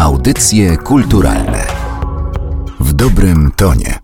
Audycje kulturalne w dobrym tonie.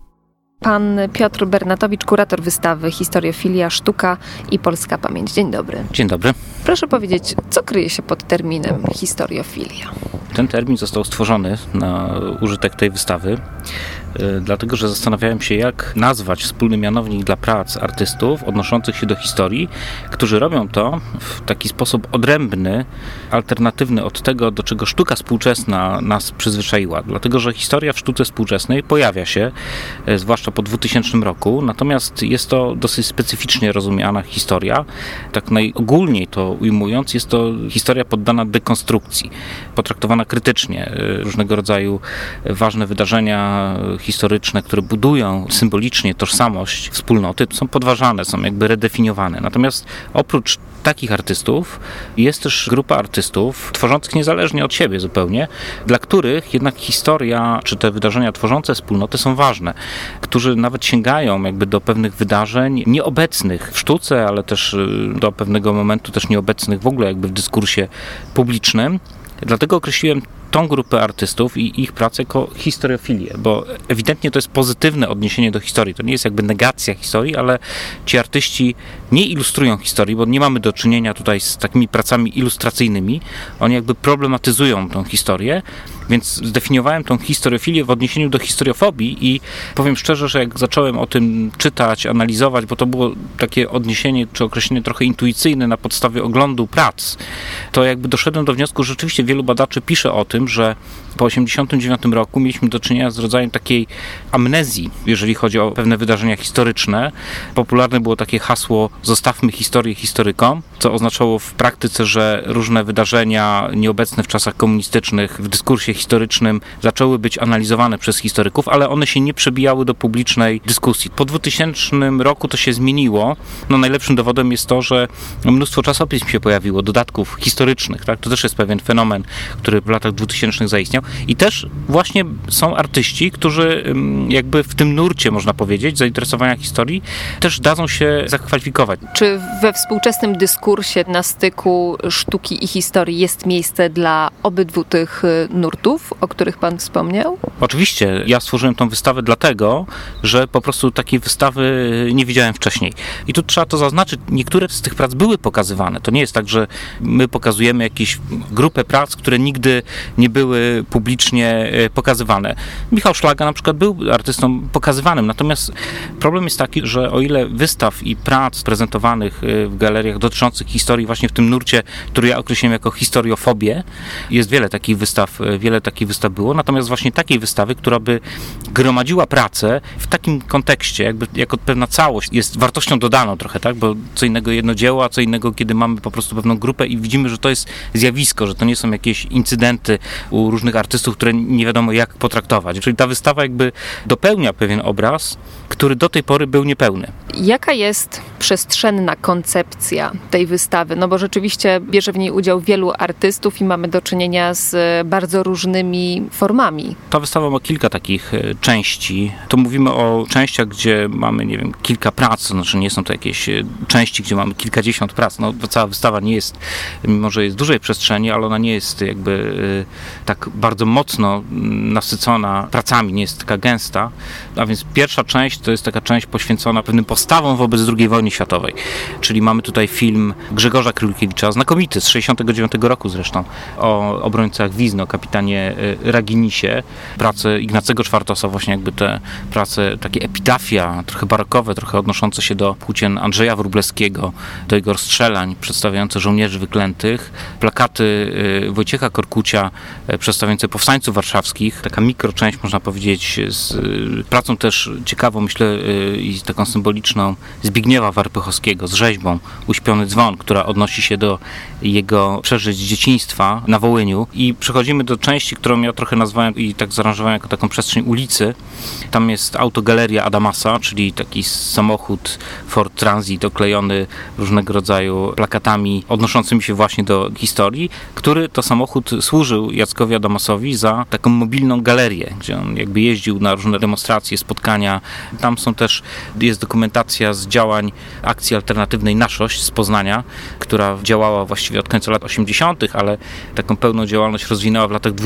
Pan Piotr Bernatowicz, kurator wystawy Historiofilia, sztuka i polska pamięć. Dzień dobry. Dzień dobry. Proszę powiedzieć, co kryje się pod terminem historiofilia? Ten termin został stworzony na użytek tej wystawy, dlatego że zastanawiałem się, jak nazwać wspólny mianownik dla prac artystów odnoszących się do historii, którzy robią to w taki sposób odrębny, alternatywny od tego, do czego sztuka współczesna nas przyzwyczaiła. Dlatego że historia w sztuce współczesnej pojawia się, zwłaszcza po 2000 roku, natomiast jest to dosyć specyficznie rozumiana historia. Tak najogólniej to ujmując, jest to historia poddana dekonstrukcji, potraktowana krytycznie. Różnego rodzaju ważne wydarzenia historyczne, które budują symbolicznie tożsamość wspólnoty, są podważane, są jakby redefiniowane. Natomiast oprócz takich artystów jest też grupa artystów tworzących niezależnie od siebie zupełnie, dla których jednak historia czy te wydarzenia tworzące wspólnoty są ważne, którzy nawet sięgają jakby do pewnych wydarzeń nieobecnych w sztuce, ale też do pewnego momentu też nieobecnych w ogóle jakby w dyskursie publicznym. Dlatego określiłem tą grupę artystów i ich pracę jako historiofilię, bo ewidentnie to jest pozytywne odniesienie do historii. To nie jest jakby negacja historii, ale ci artyści nie ilustrują historii, bo nie mamy do czynienia tutaj z takimi pracami ilustracyjnymi. Oni jakby problematyzują tą historię, więc zdefiniowałem tą historiofilię w odniesieniu do historiofobii i powiem szczerze, że jak zacząłem o tym czytać, analizować, bo to było takie odniesienie czy określenie trochę intuicyjne na podstawie oglądu prac, to jakby doszedłem do wniosku, że rzeczywiście wielu badaczy pisze o tym, że po 1989 roku mieliśmy do czynienia z rodzajem takiej amnezji, jeżeli chodzi o pewne wydarzenia historyczne. Popularne było takie hasło "zostawmy historię historykom", co oznaczało w praktyce, że różne wydarzenia nieobecne w czasach komunistycznych w dyskursie historycznym zaczęły być analizowane przez historyków, ale one się nie przebijały do publicznej dyskusji. Po 2000 roku to się zmieniło. Najlepszym dowodem jest to, że mnóstwo czasopism się pojawiło, dodatków historycznych. Tak? To też jest pewien fenomen, który w latach 2000 zaistniał. I też właśnie są artyści, którzy jakby w tym nurcie, można powiedzieć, zainteresowania historii, też dadzą się zakwalifikować. Czy we współczesnym dyskursie na styku sztuki i historii jest miejsce dla obydwu tych nurtów, o których pan wspomniał? Oczywiście. Ja stworzyłem tą wystawę dlatego, że po prostu takiej wystawy nie widziałem wcześniej. I tu trzeba to zaznaczyć, niektóre z tych prac były pokazywane. To nie jest tak, że my pokazujemy jakąś grupę prac, które nigdy nie były publicznie pokazywane. Michał Szlaga na przykład był artystą pokazywanym, natomiast problem jest taki, że o ile wystaw i prac prezentowanych w galeriach dotyczących historii właśnie w tym nurcie, który ja określiłem jako historiofobię, jest wiele takich wystaw było, natomiast właśnie takiej wystawy, która by gromadziła pracę w takim kontekście, jakby jako pewna całość, jest wartością dodaną trochę, tak, bo co innego jedno dzieło, a co innego, kiedy mamy po prostu pewną grupę i widzimy, że to jest zjawisko, że to nie są jakieś incydenty u różnych artystów, które nie wiadomo jak potraktować. Czyli ta wystawa jakby dopełnia pewien obraz, który do tej pory był niepełny. Jaka jest przestrzenna koncepcja tej wystawy? Bo rzeczywiście bierze w niej udział wielu artystów i mamy do czynienia z bardzo różnymi formami. Ta wystawa ma kilka takich części. To mówimy o częściach, gdzie mamy, nie wiem, kilka prac, to znaczy nie są to jakieś części, gdzie mamy kilkadziesiąt prac. Cała wystawa nie jest, mimo że jest dużej przestrzeni, ale ona nie jest jakby tak bardzo mocno nasycona pracami, nie jest taka gęsta. A więc pierwsza część to jest taka część poświęcona pewnym postawom wobec II wojny światowej. Czyli mamy tutaj film Grzegorza Krylkiewicza, znakomity, z 1969 roku zresztą, o obrońcach Wizny, o kapitanie Raginisie. Prace Ignacego Czwartosa, właśnie jakby te prace, takie epitafia, trochę barokowe, trochę odnoszące się do płócien Andrzeja Wróblewskiego, do jego rozstrzelań, przedstawiające żołnierzy wyklętych. Plakaty Wojciecha Korkucia, przedstawiające powstańców warszawskich. Taka mikroczęść, można powiedzieć, z pracą też ciekawą, myślę, i taką symboliczną Zbigniewa Warpychowskiego z rzeźbą Uśpiony dzwon, która odnosi się do jego przeżyć z dzieciństwa na Wołyniu. I przechodzimy do części, którą ja trochę nazwałem i tak zaaranżowałem jako taką przestrzeń ulicy. Tam jest autogaleria Adamasa, czyli taki samochód Ford Transit oklejony różnego rodzaju plakatami odnoszącymi się właśnie do historii, który to samochód służył Jackowi Adamasowi za taką mobilną galerię, gdzie on jakby jeździł na różne demonstracje, spotkania. Tam jest dokumentacja z działań akcji alternatywnej Naszość z Poznania, która działała właściwie od końca lat 80., ale taką pełną działalność rozwinęła w latach 20.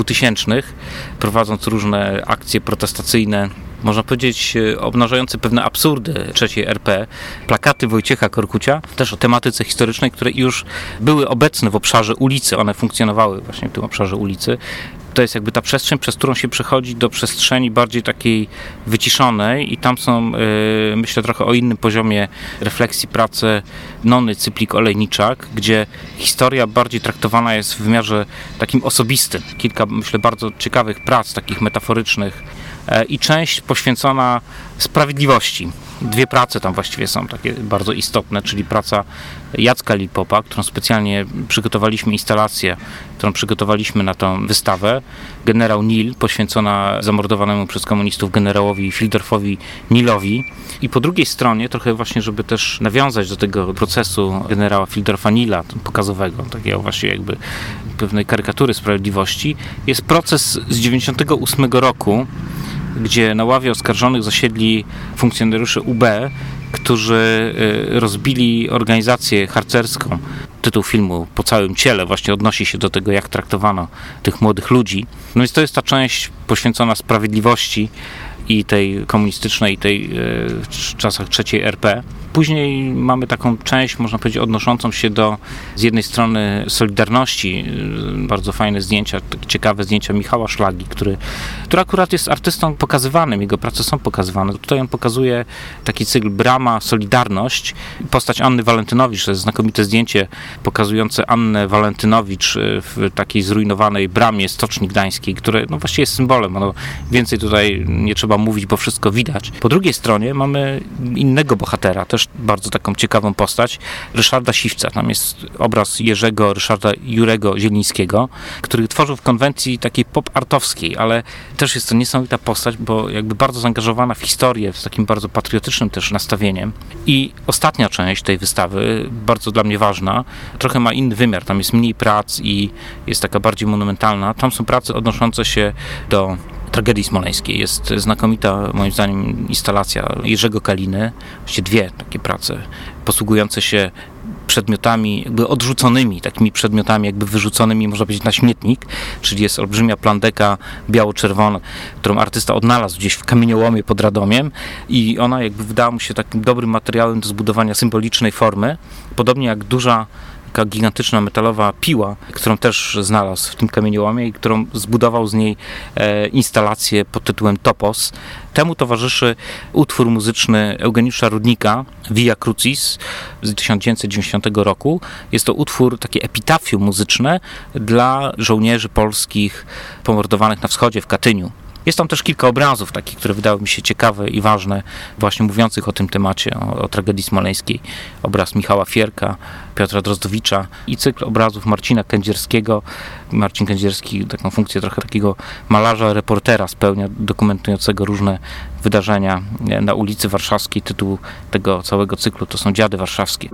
2000, prowadząc różne akcje protestacyjne, można powiedzieć, obnażające pewne absurdy III RP, plakaty Wojciecha Korkucia, też o tematyce historycznej, które już były obecne w obszarze ulicy, one funkcjonowały właśnie w tym obszarze ulicy. To jest jakby ta przestrzeń, przez którą się przechodzi do przestrzeni bardziej takiej wyciszonej i tam są, myślę, trochę o innym poziomie refleksji prace Nony Cyplik-Olejniczak, gdzie historia bardziej traktowana jest w wymiarze takim osobistym. Kilka, myślę, bardzo ciekawych prac, takich metaforycznych i część poświęcona sprawiedliwości. 2 prace tam właściwie są takie bardzo istotne, czyli praca Jacka Lipopa, którą specjalnie przygotowaliśmy, instalację, którą przygotowaliśmy na tą wystawę. Generał Nil, poświęcona zamordowanemu przez komunistów generałowi Fildorfowi Nilowi. I po drugiej stronie, trochę właśnie, żeby też nawiązać do tego procesu generała Fildorfa Nila, pokazowego, takiego właśnie jakby pewnej karykatury sprawiedliwości, jest proces z 98 roku, gdzie na ławie oskarżonych zasiedli funkcjonariusze UB, którzy rozbili organizację harcerską. Tytuł filmu Po całym ciele właśnie odnosi się do tego, jak traktowano tych młodych ludzi. No więc to jest ta część poświęcona sprawiedliwości i tej komunistycznej, i tej w czasach III RP. Później mamy taką część, można powiedzieć, odnoszącą się do z jednej strony Solidarności, bardzo fajne zdjęcia, ciekawe zdjęcia Michała Szlagi, który akurat jest artystą pokazywanym, jego prace są pokazywane. Tutaj on pokazuje taki cykl Brama, Solidarność, postać Anny Walentynowicz, to jest znakomite zdjęcie pokazujące Annę Walentynowicz w takiej zrujnowanej bramie Stoczni Gdańskiej, które no właściwie jest symbolem, no więcej tutaj nie trzeba mówić, bo wszystko widać. Po drugiej stronie mamy innego bohatera, też bardzo taką ciekawą postać, Ryszarda Siwca. Tam jest obraz Ryszarda Jurego Zielińskiego, który tworzył w konwencji takiej pop-artowskiej, ale też jest to niesamowita postać, bo jakby bardzo zaangażowana w historię, z takim bardzo patriotycznym też nastawieniem. I ostatnia część tej wystawy, bardzo dla mnie ważna, trochę ma inny wymiar. Tam jest mniej prac i jest taka bardziej monumentalna. Tam są prace odnoszące się do tragedii smoleńskiej. Jest znakomita, moim zdaniem, instalacja Jerzego Kaliny, właściwie 2 takie prace, posługujące się przedmiotami jakby odrzuconymi, takimi przedmiotami jakby wyrzuconymi, można powiedzieć, na śmietnik, czyli jest olbrzymia plandeka biało-czerwona, którą artysta odnalazł gdzieś w kamieniołomie pod Radomiem i ona jakby wydała mu się takim dobrym materiałem do zbudowania symbolicznej formy, podobnie jak duża taka gigantyczna metalowa piła, którą też znalazł w tym kamieniołomie i którą zbudował z niej instalację pod tytułem Topos. Temu towarzyszy utwór muzyczny Eugeniusza Rudnika, Via Crucis z 1990 roku. Jest to utwór, takie epitafium muzyczne dla żołnierzy polskich pomordowanych na wschodzie, w Katyniu. Jest tam też kilka obrazów takich, które wydały mi się ciekawe i ważne, właśnie mówiących o tym temacie, o tragedii smoleńskiej. Obraz Michała Fierka, Piotra Drozdowicza i cykl obrazów Marcina Kędzierskiego. Marcin Kędzierski taką funkcję trochę takiego malarza, reportera spełnia, dokumentującego różne wydarzenia na ulicy Warszawskiej. Tytuł tego całego cyklu to są Dziady Warszawskie.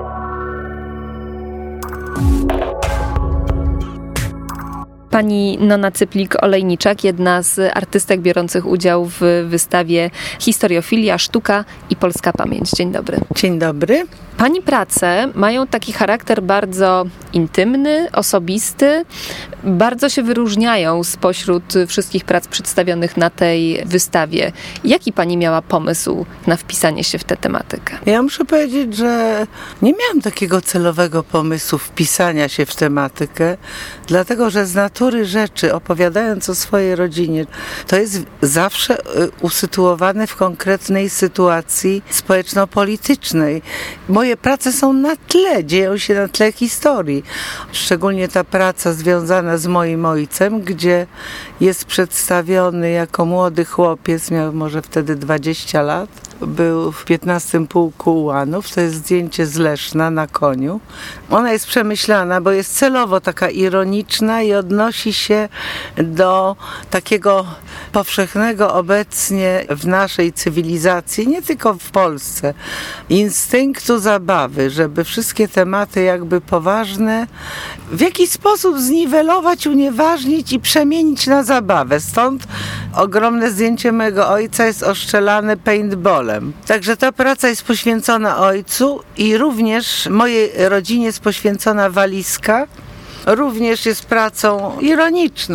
Pani Nona Cyplik-Olejniczak, jedna z artystek biorących udział w wystawie Historiofilia, Sztuka i Polska Pamięć. Dzień dobry. Dzień dobry. Pani prace mają taki charakter bardzo intymny, osobisty. Bardzo się wyróżniają spośród wszystkich prac przedstawionych na tej wystawie. Jaki pani miała pomysł na wpisanie się w tę tematykę? Ja muszę powiedzieć, że nie miałam takiego celowego pomysłu wpisania się w tematykę, dlatego że z natury rzeczy, opowiadając o swojej rodzinie, to jest zawsze usytuowane w konkretnej sytuacji społeczno-politycznej. Moje prace są na tle, dzieją się na tle historii. Szczególnie ta praca związana z moim ojcem, gdzie jest przedstawiony jako młody chłopiec, miał może wtedy 20 lat. Był w 15 Pułku Ułanów, to jest zdjęcie z Leszna na koniu. Ona jest przemyślana, bo jest celowo taka ironiczna i odnosi się do takiego powszechnego obecnie w naszej cywilizacji, nie tylko w Polsce, instynktu zabawy, żeby wszystkie tematy jakby poważne w jakiś sposób zniwelować, unieważnić i przemienić na zabawę. Stąd ogromne zdjęcie mojego ojca jest oszczelane paintballem. Także ta praca jest poświęcona ojcu i również mojej rodzinie jest poświęcona walizka. Również jest pracą ironiczną.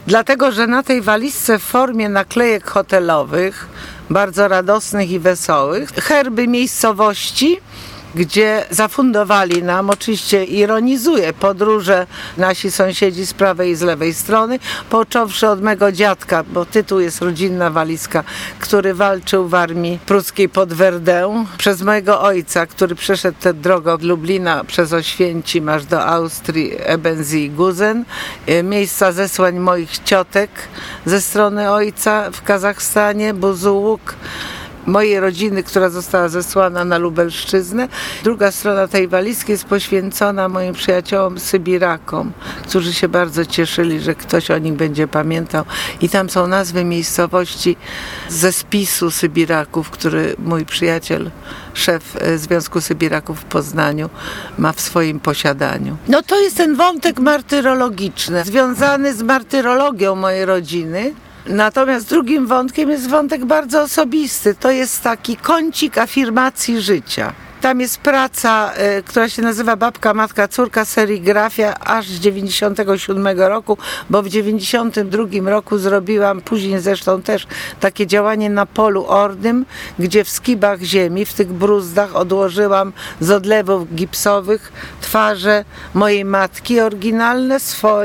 Dlatego, że na tej walizce w formie naklejek hotelowych, bardzo radosnych i wesołych, herby miejscowości, gdzie zafundowali nam, oczywiście ironizuję, podróże nasi sąsiedzi z prawej i z lewej strony, począwszy od mego dziadka, bo tytuł jest Rodzinna Walizka, który walczył w armii pruskiej pod Verdun, przez mojego ojca, który przeszedł tę drogę od Lublina przez Oświęcim aż do Austrii, Ebensee i Guzen, miejsca zesłań moich ciotek ze strony ojca w Kazachstanie, Buzułuk, mojej rodziny, która została zesłana na Lubelszczyznę. Druga strona tej walizki jest poświęcona moim przyjaciołom Sybirakom, którzy się bardzo cieszyli, że ktoś o nich będzie pamiętał. I tam są nazwy miejscowości ze spisu Sybiraków, który mój przyjaciel, szef Związku Sybiraków w Poznaniu, ma w swoim posiadaniu. No to jest ten wątek martyrologiczny, związany z martyrologią mojej rodziny. Natomiast drugim wątkiem jest wątek bardzo osobisty. To jest taki kącik afirmacji życia. Tam jest praca, która się nazywa Babka, Matka, Córka, serigrafia aż z 97 roku, bo w 92 roku zrobiłam, później zresztą też, takie działanie na polu ornym, gdzie w skibach ziemi, w tych bruzdach odłożyłam z odlewów gipsowych twarze mojej matki oryginalne,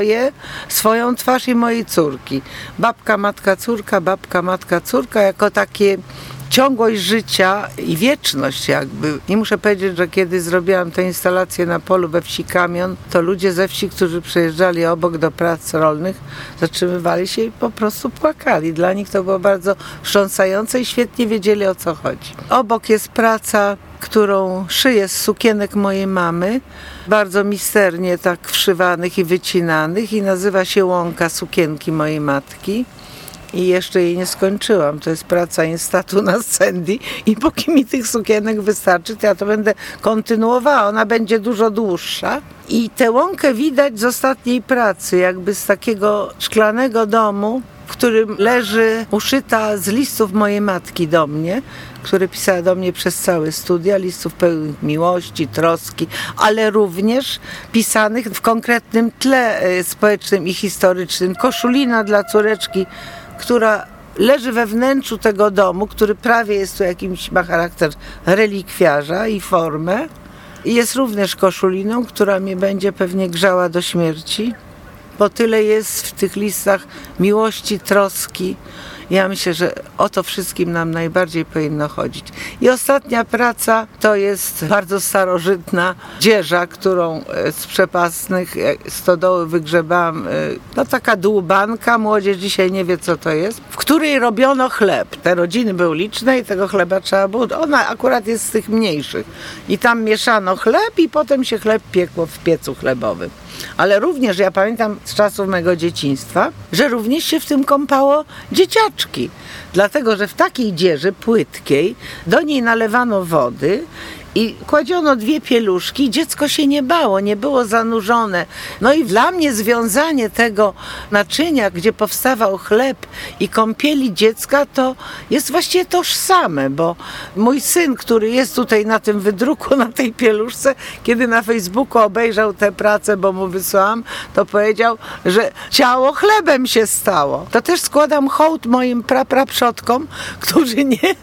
swoją twarz i mojej córki. Babka, Matka, Córka, Babka, Matka, Córka, jako takie ciągłość życia i wieczność jakby. Nie muszę powiedzieć, że kiedy zrobiłam tę instalację na polu we wsi Kamion, to ludzie ze wsi, którzy przejeżdżali obok do prac rolnych, zatrzymywali się i po prostu płakali. Dla nich to było bardzo wstrząsające i świetnie wiedzieli, o co chodzi. Obok jest praca, którą szyję z sukienek mojej mamy, bardzo misternie tak wszywanych i wycinanych, i nazywa się Łąka, sukienki mojej matki. I jeszcze jej nie skończyłam. To jest praca instatu na Sandy i póki mi tych sukienek wystarczy, to ja to będę kontynuowała. Ona będzie dużo dłuższa. I tę łąkę widać z ostatniej pracy, jakby z takiego szklanego domu, w którym leży uszyta z listów mojej matki do mnie, które pisała do mnie przez całe studia, listów pełnych miłości, troski, ale również pisanych w konkretnym tle społecznym i historycznym. Koszulina dla córeczki, która leży we wnętrzu tego domu, który prawie jest tu jakimś, ma charakter relikwiarza i formę. I jest również koszuliną, która mnie będzie pewnie grzała do śmierci, bo tyle jest w tych listach miłości, troski. Ja myślę, że o to wszystkim nam najbardziej powinno chodzić. I ostatnia praca to jest bardzo starożytna dzieża, którą z przepastnych stodoły wygrzebałam. No taka dłubanka, młodzież dzisiaj nie wie, co to jest, w której robiono chleb. Te rodziny były liczne i tego chleba trzeba było. Ona akurat jest z tych mniejszych. I tam mieszano chleb i potem się chleb piekło w piecu chlebowym. Ale również ja pamiętam z czasów mego dzieciństwa, że również się w tym kąpało dzieciaczki. Dlatego, że w takiej dzieży płytkiej do niej nalewano wody i kładziono 2 pieluszki, dziecko się nie bało, nie było zanurzone. No i dla mnie związanie tego naczynia, gdzie powstawał chleb, i kąpieli dziecka, to jest właściwie tożsame, bo mój syn, który jest tutaj na tym wydruku, na tej pieluszce, kiedy na Facebooku obejrzał tę pracę, bo mu wysłałam, to powiedział, że ciało chlebem się stało. To też składam hołd moim praprzodkom, którzy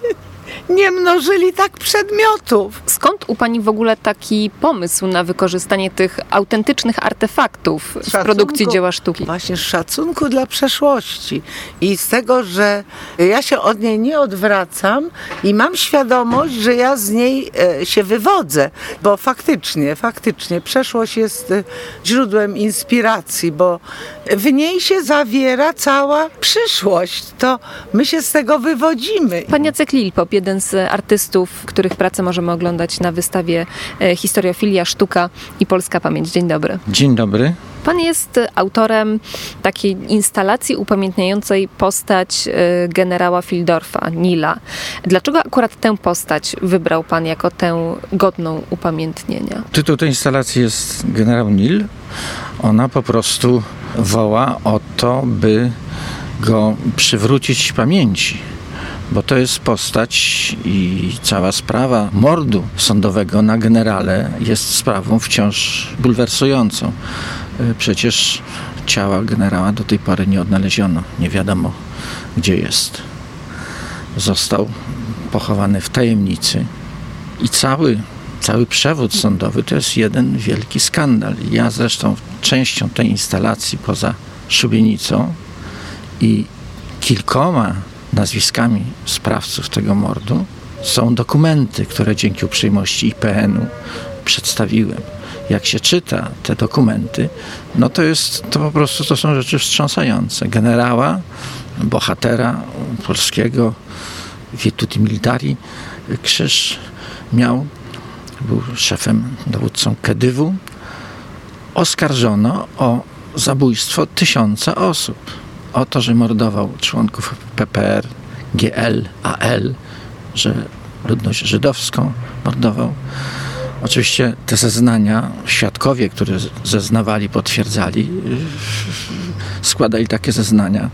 nie mnożyli tak przedmiotów. Skąd u pani w ogóle taki pomysł na wykorzystanie tych autentycznych artefaktów w produkcji dzieła sztuki? Właśnie z szacunku dla przeszłości i z tego, że ja się od niej nie odwracam i mam świadomość, że ja z niej się wywodzę, bo faktycznie przeszłość jest źródłem inspiracji, bo w niej się zawiera cała przyszłość. To my się z tego wywodzimy. Pan Jacek Lilpop, jeden z artystów, których pracę możemy oglądać na wystawie Historiofilia, Sztuka i Polska Pamięć. Dzień dobry. Dzień dobry. Pan jest autorem takiej instalacji upamiętniającej postać generała Fildorfa, Nila. Dlaczego akurat tę postać wybrał pan jako tę godną upamiętnienia? Tytuł tej instalacji jest Generał Nil. Ona po prostu woła o to, by go przywrócić pamięci. Bo to jest postać i cała sprawa mordu sądowego na generale jest sprawą wciąż bulwersującą. Przecież ciała generała do tej pory nie odnaleziono. Nie wiadomo, gdzie jest. Został pochowany w tajemnicy i cały przewód sądowy to jest jeden wielki skandal. Ja zresztą częścią tej instalacji poza szubienicą i kilkoma nazwiskami sprawców tego mordu są dokumenty, które dzięki uprzejmości IPN-u przedstawiłem. Jak się czyta te dokumenty, no to po prostu to są rzeczy wstrząsające. Generała, bohatera polskiego Virtuti Militari, krzyż miał, był szefem, dowódcą Kedywu. Oskarżono o zabójstwo 1000 osób. O to, że mordował członków PPR, GL, AL, że ludność żydowską mordował. Oczywiście te zeznania, świadkowie, którzy zeznawali, potwierdzali, składali takie zeznania.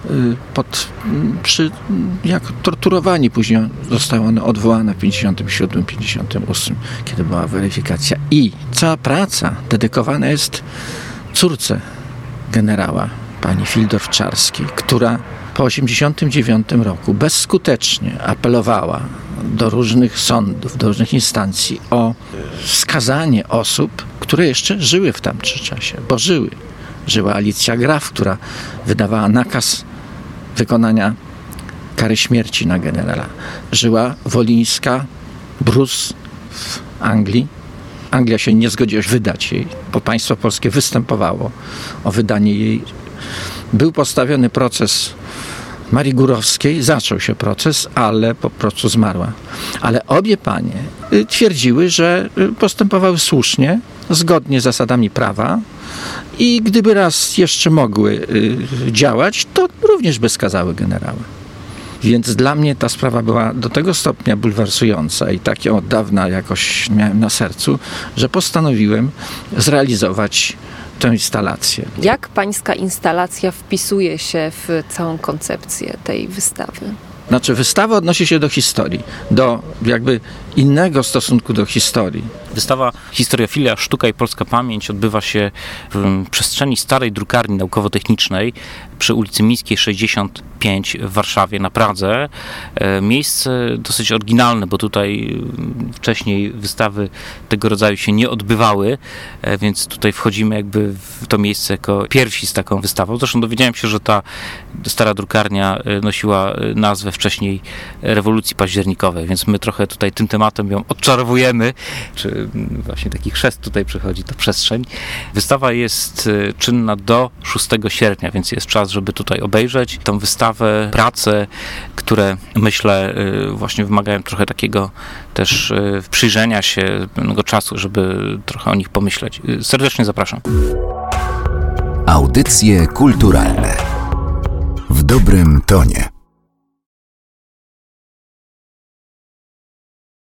Jak torturowani, później zostały one odwołane w 57, 58, kiedy była weryfikacja. I cała praca dedykowana jest córce generała, pani Fildorf-Czarskiej, która po 1989 roku bezskutecznie apelowała do różnych sądów, do różnych instancji o skazanie osób, które jeszcze żyły w tamtym czasie, bo żyły. Żyła Alicja Graf, która wydawała nakaz wykonania kary śmierci na generała. Żyła Wolińska Bruce w Anglii. Anglia się nie zgodziła wydać jej, bo państwo polskie występowało o wydanie jej. Był postawiony proces Marii Górowskiej, zaczął się proces, ale po prostu zmarła. Ale obie panie twierdziły, że postępowały słusznie, zgodnie z zasadami prawa i gdyby raz jeszcze mogły działać, to również by skazały generała. Więc dla mnie ta sprawa była do tego stopnia bulwersująca i tak ją od dawna jakoś miałem na sercu, że postanowiłem zrealizować tę instalację. Jak pańska instalacja wpisuje się w całą koncepcję tej wystawy? Znaczy, wystawa odnosi się do historii, do jakby innego stosunku do historii. Wystawa Historiofilia, sztuka i polska pamięć odbywa się w przestrzeni starej drukarni naukowo-technicznej przy ulicy Mińskiej 65 w Warszawie, na Pradze. Miejsce dosyć oryginalne, bo tutaj wcześniej wystawy tego rodzaju się nie odbywały, więc tutaj wchodzimy jakby w to miejsce jako pierwsi z taką wystawą. Zresztą dowiedziałem się, że ta stara drukarnia nosiła nazwę wcześniej rewolucji październikowej, więc my trochę tutaj tym tematem ją odczarowujemy, czy właśnie taki chrzest tutaj przychodzi, ta przestrzeń. Wystawa jest czynna do 6 sierpnia, więc jest czas, żeby tutaj obejrzeć tą wystawę, prace, które myślę właśnie wymagają trochę takiego też przyjrzenia się pewnego czasu, żeby trochę o nich pomyśleć. Serdecznie zapraszam. Audycje kulturalne w dobrym tonie.